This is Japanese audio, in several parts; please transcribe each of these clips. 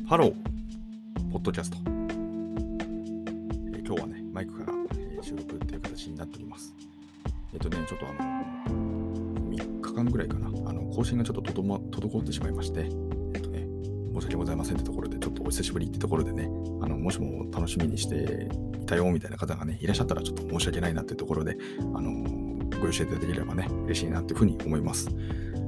ハロー、ポッドキャスト。今日はね、マイクから、収録っていう形になっております。ちょっと3日間ぐらいかな、更新がちょっと滞ってしまいまして、申し訳ございませんってところで、ちょっとお久しぶりってところでね、もしも楽しみにしていたよみたいな方がね、いらっしゃったらちょっと申し訳ないなっていうところで、ご容赦いただければね、嬉しいなっていうふうに思います。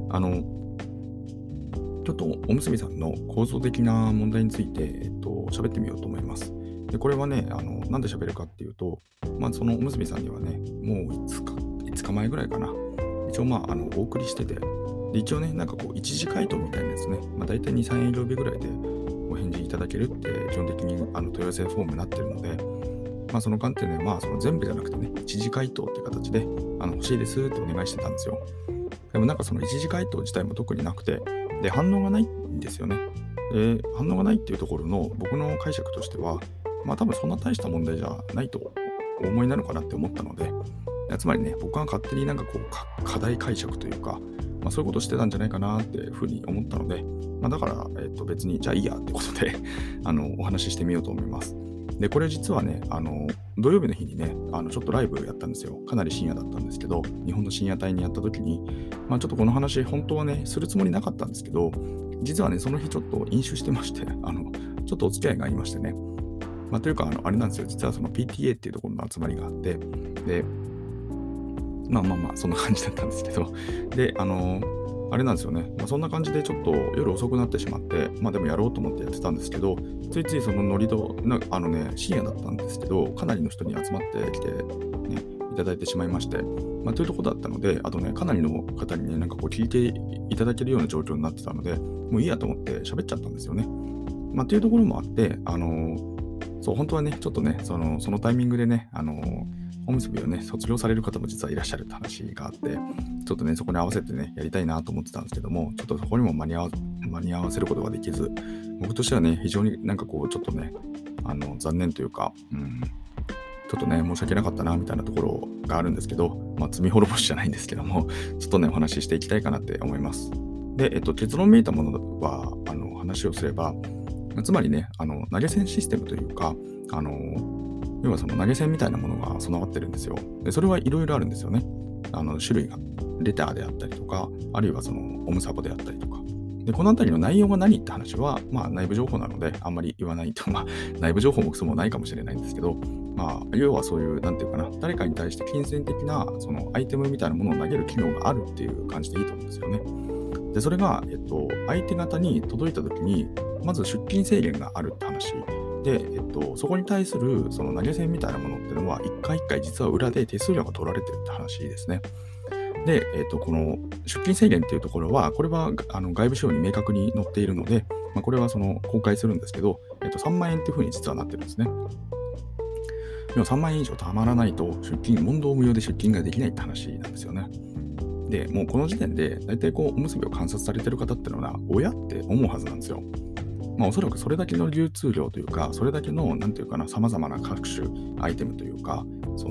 ちょっとおむすびさんの構造的な問題について、喋ってみようと思います。で、これはね、なんで喋るかっていうと、そのおむすびさんにはね、もう5日前ぐらいかな、一応お送りしてて、で一応ね、一時回答みたいなやつね、大体2、3営業日ぐらいでお返事いただけるって基本的に問い合わせフォームになってるので、その観点で、その全部じゃなくてね、一時回答っていう形で、欲しいですってお願いしてたんですよ。でもその一時回答自体も特になくて、で、反応がないんですよね。で、反応がないっていうところの僕の解釈としては、多分そんな大した問題じゃないとお思いなのかなって思ったので、つまりね、僕が勝手に課題解釈というか、そういうことしてたんじゃないかなっていうふうに思ったので、だから、別にじゃあいいやってことでお話ししてみようと思います。で、これ実はね、土曜日の日にね、ちょっとライブやったんですよ。かなり深夜だったんですけど、日本の深夜帯にやった時に、ちょっとこの話、本当はね、するつもりなかったんですけど、実はね、その日ちょっと飲酒してまして、ちょっとお付き合いがありましてね。というか、あれなんですよ。実はその PTA っていうところの集まりがあって、で、そんな感じだったんですけど、で、あれなんですよね。そんな感じでちょっと夜遅くなってしまって、でもやろうと思ってやってたんですけど、ついついそのノリと、深夜だったんですけど、かなりの人に集まってきて、ね、いただいてしまいまして、というところだったので、あとね、かなりの方にね、聞いていただけるような状況になってたので、もういいやと思って喋っちゃったんですよね。というところもあって、そう、本当はね、ちょっとね、そのタイミングでね、おむすびをね、卒業される方も実はいらっしゃるって話があって、ちょっとね、そこに合わせてね、やりたいなと思ってたんですけども、ちょっとそこにも間に合わせることができず、僕としてはね、非常にちょっとね、残念というか、ちょっとね、申し訳なかったな、みたいなところがあるんですけど、罪滅ぼしじゃないんですけども、ちょっとね、お話ししていきたいかなって思います。で、結論めいたものは、話をすれば、つまりね、投げ銭システムというか、要はその投げ銭みたいなものが備わってるんですよ。で、それはいろいろあるんですよね。種類が。レターであったりとか、あるいはそのオムサボであったりとか。で、このあたりの内容が何って話は、内部情報なので、あんまり言わないと、内部情報もクソもないかもしれないんですけど、要はそういう、誰かに対して金銭的な、そのアイテムみたいなものを投げる機能があるっていう感じでいいと思うんですよね。で、それが、相手方に届いたときに、まず出金制限があるって話。で、そこに対するその投げ銭みたいなものっていうのは、一回一回実は裏で手数料が取られてるって話ですね。で、この出金制限っていうところは、これは外部資料に明確に載っているので、これはその公開するんですけど、3万円っていうふうに実はなってるんですね。でも3万円以上たまらないと、問答無用で出金ができないって話なんですよね。で、もうこの時点で、大体おむすびを観察されてる方っていうのは、親って思うはずなんですよ。おそらくそれだけの流通量というか、それだけの、様々な各種アイテムというか、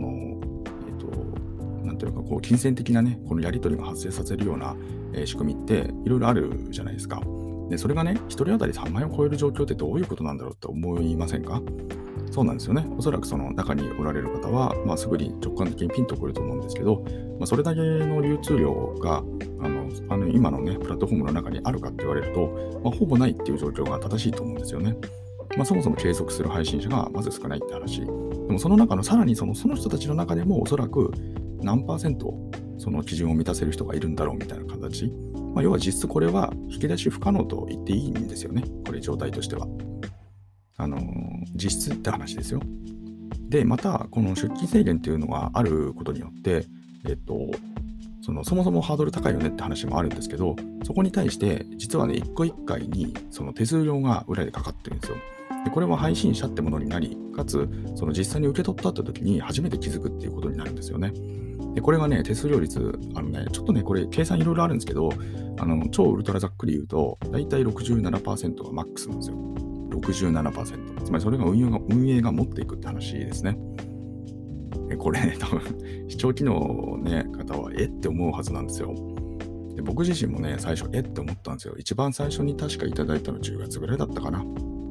金銭的なね、このやり取りが発生させるような、仕組みっていろいろあるじゃないですか。で、それがね、1人当たり3万円を超える状況ってどういうことなんだろうって思いませんか？そうなんですよね。おそらくその中におられる方は、すぐに直感的にピンとくると思うんですけど、それだけの流通量が、今のね、プラットフォームの中にあるかって言われると、ほぼないっていう状況が正しいと思うんですよね。そもそも継続する配信者がまず少ないって話。でもその中のさらにその人たちの中でもおそらく何%その基準を満たせる人がいるんだろうみたいな形。要は実質これは引き出し不可能と言っていいんですよね。これ状態としては。実質って話ですよ。で、また、この出勤制限っていうのがあることによって、そもそもハードル高いよねって話もあるんですけど、そこに対して、実はね、一個一回にその手数料が裏でかかってるんですよ。で、これは配信者ってものになり、かつ、その実際に受け取ったって時に初めて気づくっていうことになるんですよね。で、これがね、手数料率、ちょっとね、これ、計算いろいろあるんですけど、超ウルトラざっくり言うと、だいたい 67% がマックスなんですよ。67%。つまりそれが運営が持っていくって話ですね。これね、多分、視聴機能の、ね、方はって思うはずなんですよ。で、僕自身もね、最初って思ったんですよ。一番最初に確かいただいたの10月ぐらいだったかな。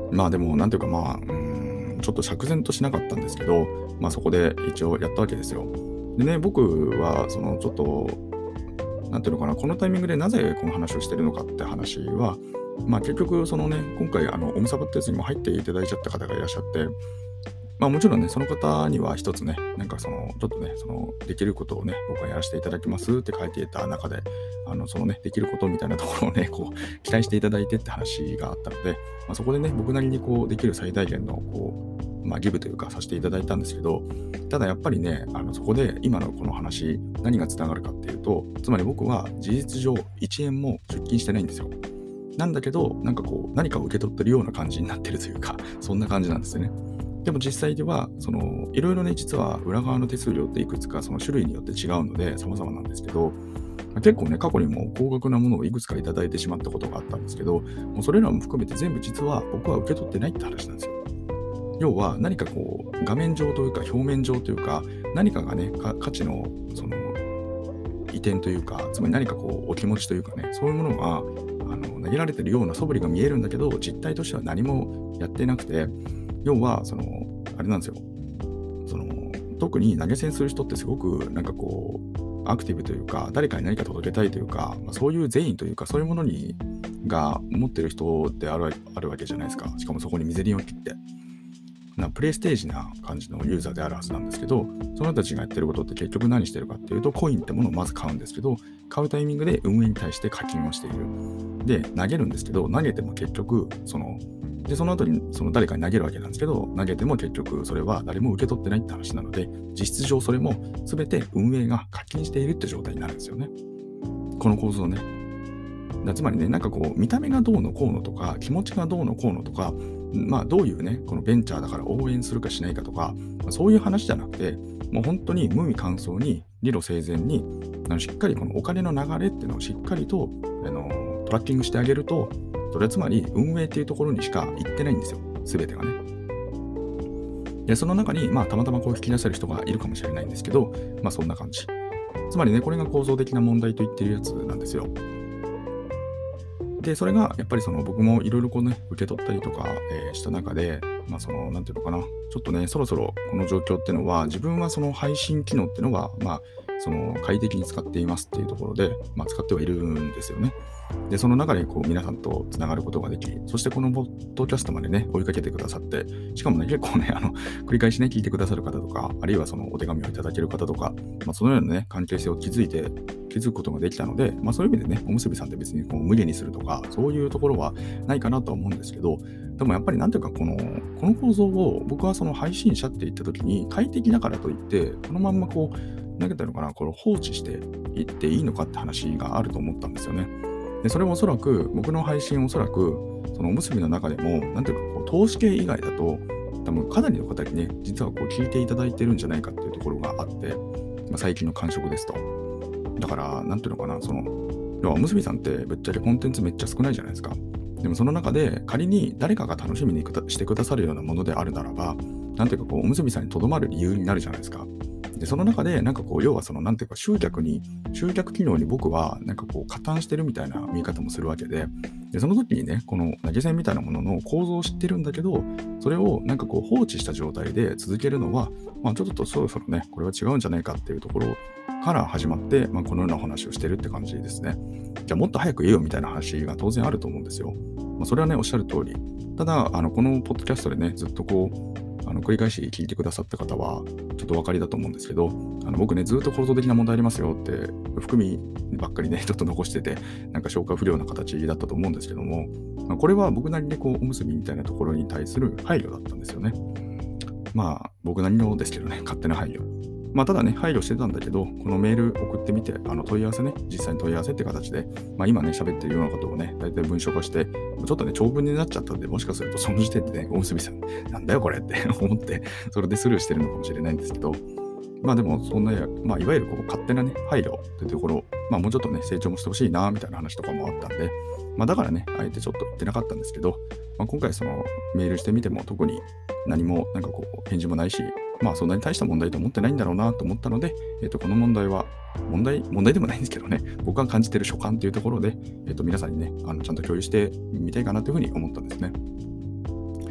まあでも、なんていうかちょっと釈然としなかったんですけど、そこで一応やったわけですよ。でね、僕は、ちょっと、なんていうのかな、このタイミングでなぜこの話をしてるのかって話は、結局、今回、オムサバってやつにも入っていただいちゃった方がいらっしゃって、もちろんね、その方には一つね、ちょっとね、できることをね、僕はやらせていただきますって書いていた中で、できることみたいなところをね、期待していただいてって話があったので、そこでね、僕なりにできる最大限の、ギブというか、させていただいたんですけど、ただやっぱりね、そこで今のこの話、何がつながるかっていうと、つまり僕は事実上1円も出金してないんですよ。なんだけど、何かを受け取ってるような感じになってるというか、そんな感じなんですよね。でも実際では、いろいろね、実は裏側の手数料っていくつかその種類によって違うので、様々なんですけど、結構ね、過去にも高額なものをいくつかいただいてしまったことがあったんですけど、もうそれらも含めて全部実は僕は受け取ってないって話なんですよ。要は何か画面上というか表面上というか、何かがね、価値の移転というか、つまり何かお気持ちというかね、そういうものが投げられてるような素振りが見えるんだけど、実態としては何もやってなくて、要はあれなんですよ。特に投げ銭する人ってすごくアクティブというか、誰かに何か届けたいというか、そういう善意というか、そういうものが持ってる人であるわけじゃないですか。しかもそこにミゼリンを切って。プレイステージな感じのユーザーであるはずなんですけど、その人たちがやってることって結局何してるかっていうと、コインってものをまず買うんですけど、買うタイミングで運営に対して課金をしている。で、投げるんですけど、投げても結局、その後に誰かに投げるわけなんですけど、投げても結局それは誰も受け取ってないって話なので、実質上それも全て運営が課金しているって状態になるんですよね。この構造ね。つまりね、見た目がどうのこうのとか、気持ちがどうのこうのとか、どういうね、このベンチャーだから応援するかしないかとか、そういう話じゃなくて、もう本当に無味乾燥に、理路整然に、しっかりこのお金の流れっていうのをしっかりとトラッキングしてあげると、それはつまり運営っていうところにしか行ってないんですよ、すべてがね。で、その中に、たまたま引き出せる人がいるかもしれないんですけど、そんな感じ。つまりね、これが構造的な問題と言ってるやつなんですよ。で、それがやっぱり僕もいろいろ受け取ったりとか、した中で、なんていうのかな、ちょっとね、そろそろこの状況っていうのは、自分は配信機能っていうのは、快適に使っていますっていうところで、使ってはいるんですよね。で、その中で皆さんとつながることができ、そしてこのポッドキャストまでね、追いかけてくださって、しかもね、結構ね、繰り返しね、聞いてくださる方とか、あるいはお手紙をいただける方とか、そのようなね、関係性を築くことができたので、そういう意味でね、おむすびさんって別に無限にするとか、そういうところはないかなとは思うんですけど、でもやっぱりなんていうか、この構造を僕は配信者って言った時に、快適だからといって、このまんま投げたのかな、これを放置していっていいのかって話があると思ったんですよね。で、それもおそらく、僕の配信おそらく、おむすびの中でも、なんていうか、投資系以外だと、多分かなりの方にね、実は聞いていただいてるんじゃないかっていうところがあって、最近の感触ですと。だから、なんていうのかな、要はおむすびさんってぶっちゃけコンテンツめっちゃ少ないじゃないですか。でもその中で仮に誰かが楽しみにしてくださるようなものであるならば、なんていうかおむすびさんにとどまる理由になるじゃないですか。で、その中で要はなんていうか集客機能に僕は加担してるみたいな見方もするわけで、その時にね、この投げ銭みたいなものの構造を知ってるんだけど、それを放置した状態で続けるのは、ちょっとそろそろね、これは違うんじゃないかっていうところから始まって、このような話をしてるって感じですね。じゃあもっと早く言えよみたいな話が当然あると思うんですよ。それはね、おっしゃる通り。ただ、このポッドキャストでね、ずっと繰り返し聞いてくださった方は、ちょっとお分かりだと思うんですけど、僕ね、ずっと構造的な問題ありますよって、含みばっかりね、ちょっと残してて、消化不良な形だったと思うんですけども、これは僕なりにおむすびみたいなところに対する配慮だったんですよね。僕なりのですけどね、勝手な配慮。ただね、配慮してたんだけど、このメール送ってみて、問い合わせね、実際に問い合わせって形で、今ね、喋ってるようなことをね、大体文章化して、ちょっとね、長文になっちゃったんで、もしかするとその時点でね、おむすびさん、なんだよこれって思って、それでスルーしてるのかもしれないんですけど、でも、そんな、いわゆる勝手なね、配慮というところ、もうちょっとね、成長もしてほしいな、みたいな話とかもあったんで、だからね、あえてちょっと言ってなかったんですけど、今回メールしてみても特に何も返事もないし、そんなに大した問題と思ってないんだろうなと思ったので、この問題は、問題でもないんですけどね、僕が感じてる所感というところで、皆さんにね、ちゃんと共有してみたいかなというふうに思ったんですね。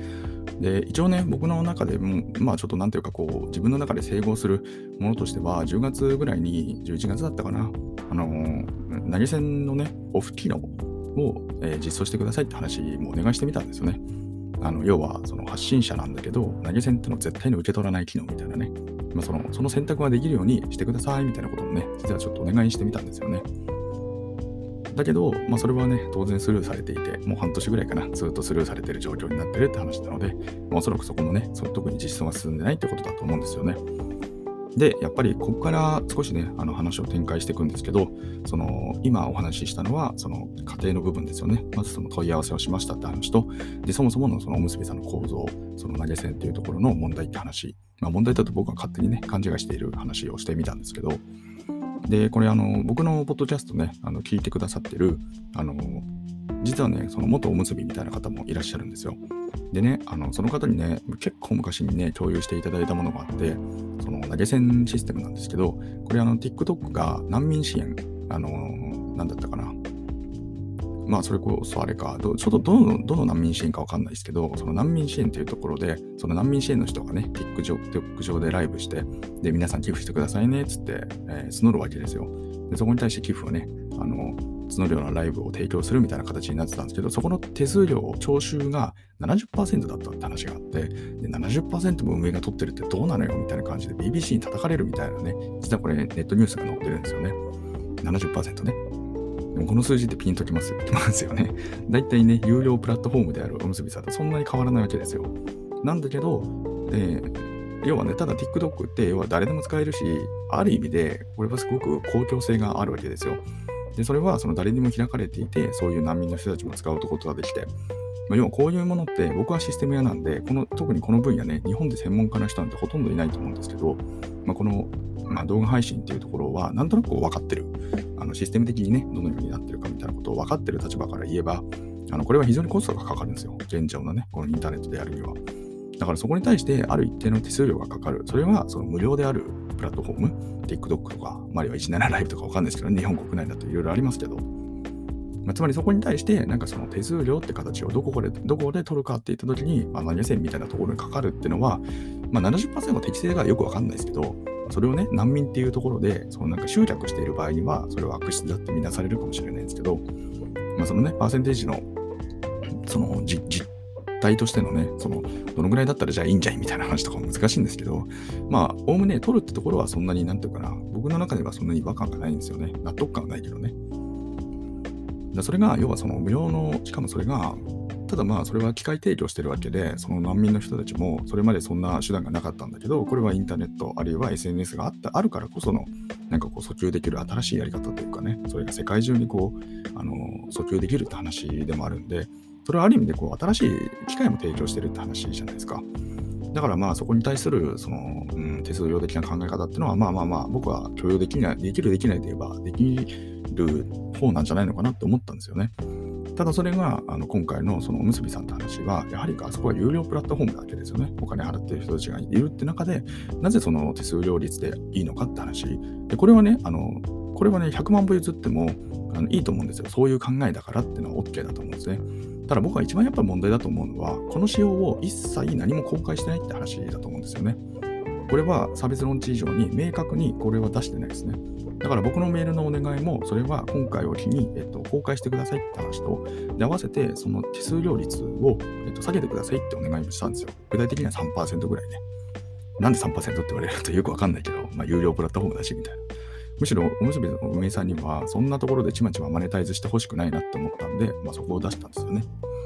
で、一応ね、僕の中でも、まあちょっとなんていうかこう、自分の中で整合するものとしては、10月ぐらいに、11月だったかな、投げ銭のね、オフ機能を、実装してくださいって話もお願いしてみたんですよね。要は、その発信者なんだけど、投げ銭ってのを絶対に受け取らない機能みたいなね、その選択ができるようにしてくださいみたいなこともね、実はちょっとお願いしてみたんですよね。だけど、それはね、当然スルーされていて、もう半年ぐらいかな、ずっとスルーされている状況になってるって話なので、おそらくそこもね、特に実装が進んでないってことだと思うんですよね。で、やっぱりここから少しね、話を展開していくんですけど、今お話ししたのは、その過程の部分ですよね。まずその問い合わせをしましたって話と、で、そもそものそのおむすびさんの構造、その投げ銭っていうところの問題って話、問題だと僕は勝手にね、勘違いしている話をしてみたんですけど、で、これ僕のポッドキャストね、聞いてくださってる、実はね、その元おむすびみたいな方もいらっしゃるんですよ。でね、その方にね、結構昔にね、共有していただいたものがあって、その投げ銭システムなんですけど、これTikTok が難民支援、なんだったかな。それこそあれか、ちょっとどの難民支援かわかんないですけど、その難民支援というところで、その難民支援の人がね、TikTok 上でライブして、で、皆さん寄付してくださいね、つって、募るわけですよ。で、そこに対して寄付をね、募るようなライブを提供するみたいな形になってたんですけど、そこの手数料、徴収が 70% だったって話があって、で、70% も運営が取ってるってどうなのよみたいな感じで BBC に叩かれるみたいなね、実はこれネットニュースが載ってるんですよね。70% ね。でもこの数字ってピンときますよね。だいたいね、有料プラットフォームであるおむすびさんとそんなに変わらないわけですよ。なんだけど、要はね、ただ TikTok って要は誰でも使えるし、ある意味で、これはすごく公共性があるわけですよ。で、それはその誰にも開かれていて、そういう難民の人たちも使うことができて、要はこういうものって僕はシステム屋なんで、特にこの分野ね、日本で専門家の人なんてほとんどいないと思うんですけど、この、動画配信っていうところはなんとなく分かってる。システム的にね、どのようになってるかみたいなことを分かってる立場から言えば、これは非常にコストがかかるんですよ。現状のね、このインターネットでやるには。だからそこに対してある一定の手数料がかかる。それはその無料であるプラットフォーム、TikTok とか、あるいは17ライブとかわかんないですけど、日本国内だといろいろありますけど、つまりそこに対して、なんかその手数料って形をどこで取るかって言ったときに、投げ銭みたいなところにかかるっていうのは、70% の適正がよくわかんないですけど、それをね、難民っていうところで、そのなんか集客している場合には、それは悪質だって見なされるかもしれないんですけど、そのね、パーセンテージの、その実態としてのね、どのぐらいだったらじゃあいいんじゃいみたいな話とかも難しいんですけど、おおむね取るってところはそんなになんていうかな、僕の中ではそんなに違和感がないんですよね。納得感はないけどね。それが、要はその無料の、しかもそれが、ただそれは機械提供してるわけで、その難民の人たちもそれまでそんな手段がなかったんだけど、これはインターネットあるいは SNS があるからこその、なんかこう訴求できる新しいやり方というかね、それが世界中にこう、訴求できるって話でもあるんで、それはある意味でこう新しい機会も提供してるって話じゃないですか。だからそこに対するその、手数料的な考え方っていうのは僕は許容できない、できるできないといえばできる方なんじゃないのかなって思ったんですよね。ただそれが今回のそのおむすびさんって話は、やはりあそこは有料プラットフォームなわけですよね。お金払っている人たちがいるって中で、なぜその手数料率でいいのかって話。で、これはね、100万歩譲ってもいいと思うんですよ。そういう考えだからっていうのは OK だと思うんですね。ただ僕は一番やっぱり問題だと思うのは、この仕様を一切何も公開してないって話だと思うんですよね。これは差別論知以上に明確にこれは出してないですね。だから僕のメールのお願いも、それは今回を機に、公開してくださいって話と、で合わせてその手数料率を、下げてくださいってお願いをしたんですよ。具体的には 3% ぐらいね。なんで 3% って言われるとよくわかんないけど、有料プラットフォームだしみたいな。むしろおむすびの運営さんにはそんなところでちまちまマネタイズしてほしくないなって思ったんで、そこを出したんですよね。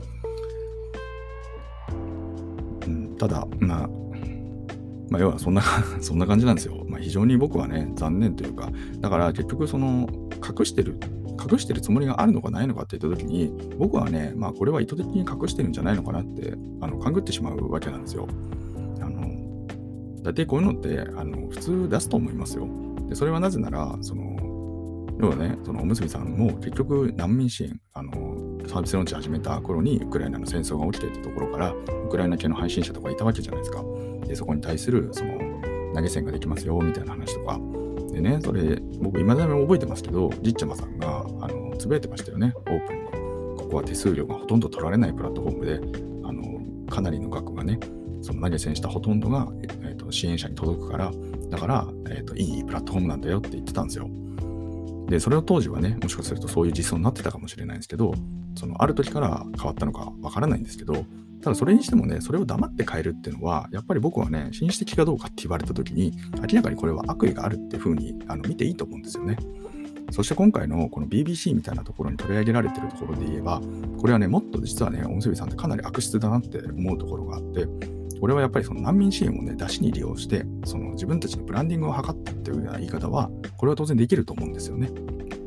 ただ要はそんな感じなんですよ。非常に僕はね、残念というか、だから結局その隠してるつもりがあるのかないのかって言った時に、僕はね、これは意図的に隠してるんじゃないのかなって勘ぐってしまうわけなんですよ。だってこういうのって普通出すと思いますよ。でそれはなぜなら、要はね、そのおむすびさんも結局難民支援、サービスローンチ始めた頃にウクライナの戦争が起きていたところから、ウクライナ系の配信者とかいたわけじゃないですか。でそこに対するその投げ銭ができますよみたいな話とか。でね、それ僕未だに覚えてますけど、じっちゃまさんがつぶやいてましたよね、オープンに。ここは手数料がほとんど取られないプラットフォームで、 かなりの額がね、その投げ銭したほとんどが、支援者に届くから、だから、いいプラットフォームなんだよって言ってたんですよ。で、それを当時はね、もしかするとそういう実装になってたかもしれないんですけど、そのある時から変わったのかわからないんですけど、ただそれにしてもね、それを黙って変えるっていうのは、やっぱり僕はね、紳士的かどうかって言われた時に、明らかにこれは悪意があるっていう風に見ていいと思うんですよね。そして今回のこの BBC みたいなところに取り上げられているところで言えば、これはね、もっと実はね、おむすびさんってかなり悪質だなって思うところがあって、これはやっぱりその難民支援をね、出しに利用して、その自分たちのブランディングを図ったっていうような言い方は、これは当然できると思うんですよね。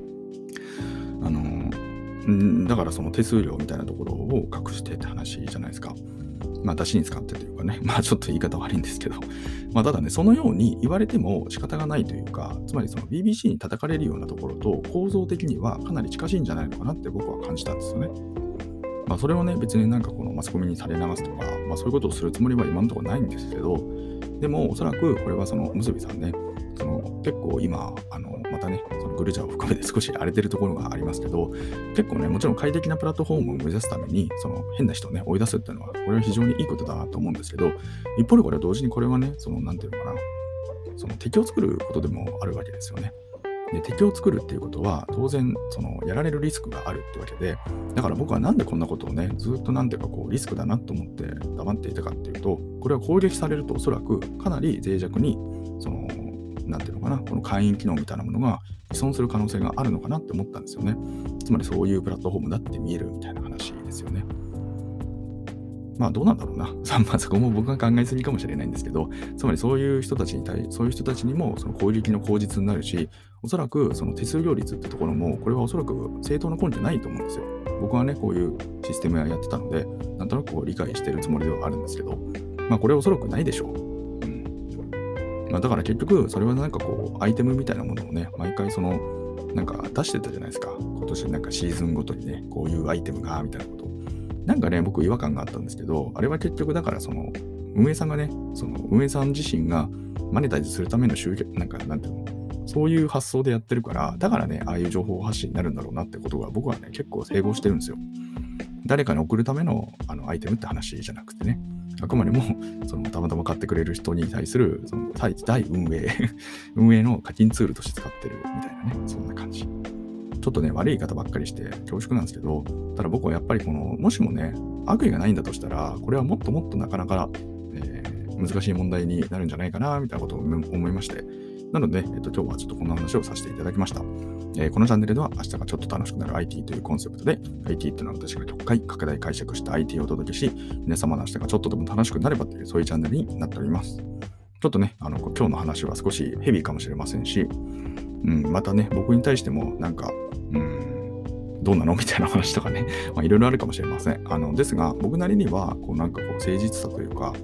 だからその手数料みたいなところを隠してって話じゃないですか。出しに使ってというかね、ちょっと言い方悪いんですけど、ただね、そのように言われても仕方がないというか、つまりその BBC に叩かれるようなところと構造的にはかなり近しいんじゃないのかなって僕は感じたんですよね。それをね、別になんかこのマスコミに垂れ流すとか、そういうことをするつもりは今のところないんですけど、でもおそらくこれはそのおむすびさんね、結構今、またね、そのグルジャーを含めて少し荒れてるところがありますけど、結構ね、もちろん快適なプラットフォームを目指すために、その変な人をね、追い出すっていうのは、これは非常にいいことだなと思うんですけど、一方でこれは同時にこれはね、なんていうのかな、その敵を作ることでもあるわけですよね。で、敵を作るっていうことは、当然、やられるリスクがあるってわけで、だから僕はなんでこんなことをね、ずっとなんていうかリスクだなと思って黙っていたかっていうと、これは攻撃されるとおそらくかなり脆弱に、なんていうのかな、この会員機能みたいなものが依存する可能性があるのかなって思ったんですよね。つまりそういうプラットフォームだって見えるみたいな話ですよね。どうなんだろうな。そこも僕が考えすぎかもしれないんですけど、つまりそういう人たちにもその攻撃の口実になるし、おそらくその手数料率ってところも、これはおそらく正当な根拠ないと思うんですよ。僕はね、こういうシステムやってたので、なんとなく理解してるつもりではあるんですけど、これはおそらくないでしょう。だから結局、それはなんかアイテムみたいなものをね、毎回なんか出してたじゃないですか。今年なんかシーズンごとにね、こういうアイテムが、みたいなこと。なんかね、僕違和感があったんですけど、あれは結局だから運営さんがね、運営さん自身がマネタイズするためのなんていうの、そういう発想でやってるから、だからね、ああいう情報発信になるんだろうなってことが僕はね、結構整合してるんですよ。誰かに送るためのアイテムって話じゃなくてね、あくまでもたまたま買ってくれる人に対する対運営運営の課金ツールとして使ってるみたいなね、そんな感じ。ちょっとね、悪い言い方ばっかりして恐縮なんですけど、ただ僕はやっぱりもしもね、悪意がないんだとしたら、これはもっともっとなかなか、難しい問題になるんじゃないかな、みたいなことを思いまして。なので、今日はちょっとこんな話をさせていただきました。このチャンネルでは明日がちょっと楽しくなる IT というコンセプトで、IT というのは私が極快、拡大解釈した IT をお届けし、皆様の明日がちょっとでも楽しくなればという、そういうチャンネルになっております。ちょっとね、今日の話は少しヘビーかもしれませんし、またね、僕に対してもなんか、どうなのみたいな話とかね、いろいろあるかもしれません。ですが、僕なりには、誠実さというか、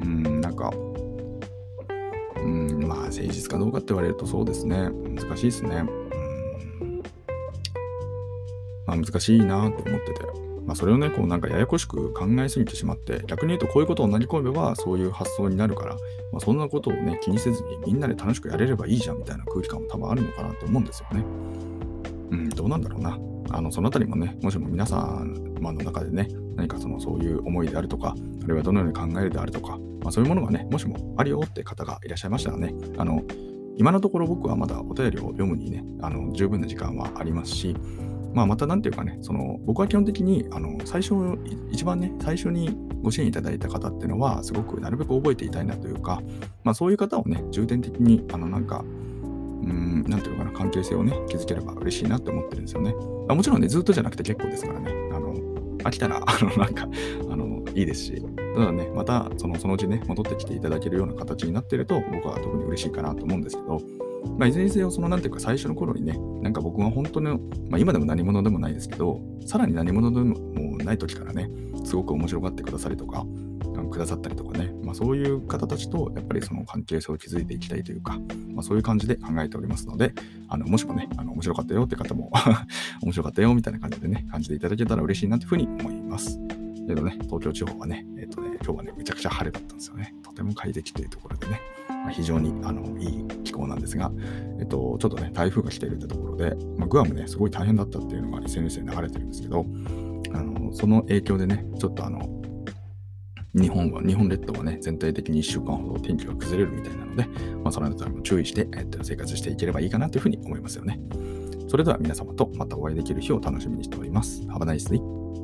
誠実かどうかって言われるとそうですね、難しいですね。難しいなと思ってて。それをね、ややこしく考えすぎてしまって、逆に言うとこういうことを投げ込めばそういう発想になるから、そんなことをね、気にせずにみんなで楽しくやれればいいじゃんみたいな空気感も多分あるのかなと思うんですよね。どうなんだろうな。そのあたりもね、もしも皆さんの中でね、何かそういう思いであるとか、あるいはどのように考えるであるとか、そういうものがね、もしもあるよって方がいらっしゃいましたらね、今のところ僕はまだお便りを読むにね、十分な時間はありますし、またなんていうかね、僕は基本的に、一番ね、最初にご支援いただいた方っていうのは、すごくなるべく覚えていたいなというか、そういう方をね、重点的に、なんていうのかな、関係性をね、築ければ嬉しいなって思ってるんですよね。もちろんね、ずっとじゃなくて結構ですからね、飽きたら、いいですし、ただね、また、そのうちね、戻ってきていただけるような形になっていると、僕は特に嬉しいかなと思うんですけど、いずれにせよ、なんていうか、最初の頃にね、なんか僕は本当の、今でも何者でもないですけど、さらに何者でもない時からね、すごく面白がってくださったりとかね、そういう方たちと、やっぱり関係性を築いていきたいというか、そういう感じで考えておりますので、もしもね、面白かったよって方も、面白かったよみたいな感じでね、感じていただけたら嬉しいなというふうに思います。東京地方はね、今日はね、めちゃくちゃ晴れだったんですよね。とても快適というところでね、非常にいい気候なんですが、ちょっとね、台風が来ているってところで、グアムね、すごい大変だったっていうのが SNS で流れてるんですけど、その影響でね、ちょっと日本列島はね、全体的に1週間ほど天気が崩れるみたいなので、そのあたりも注意して、生活していければいいかなというふうに思いますよね。それでは皆様とまたお会いできる日を楽しみにしております。Have a nice day.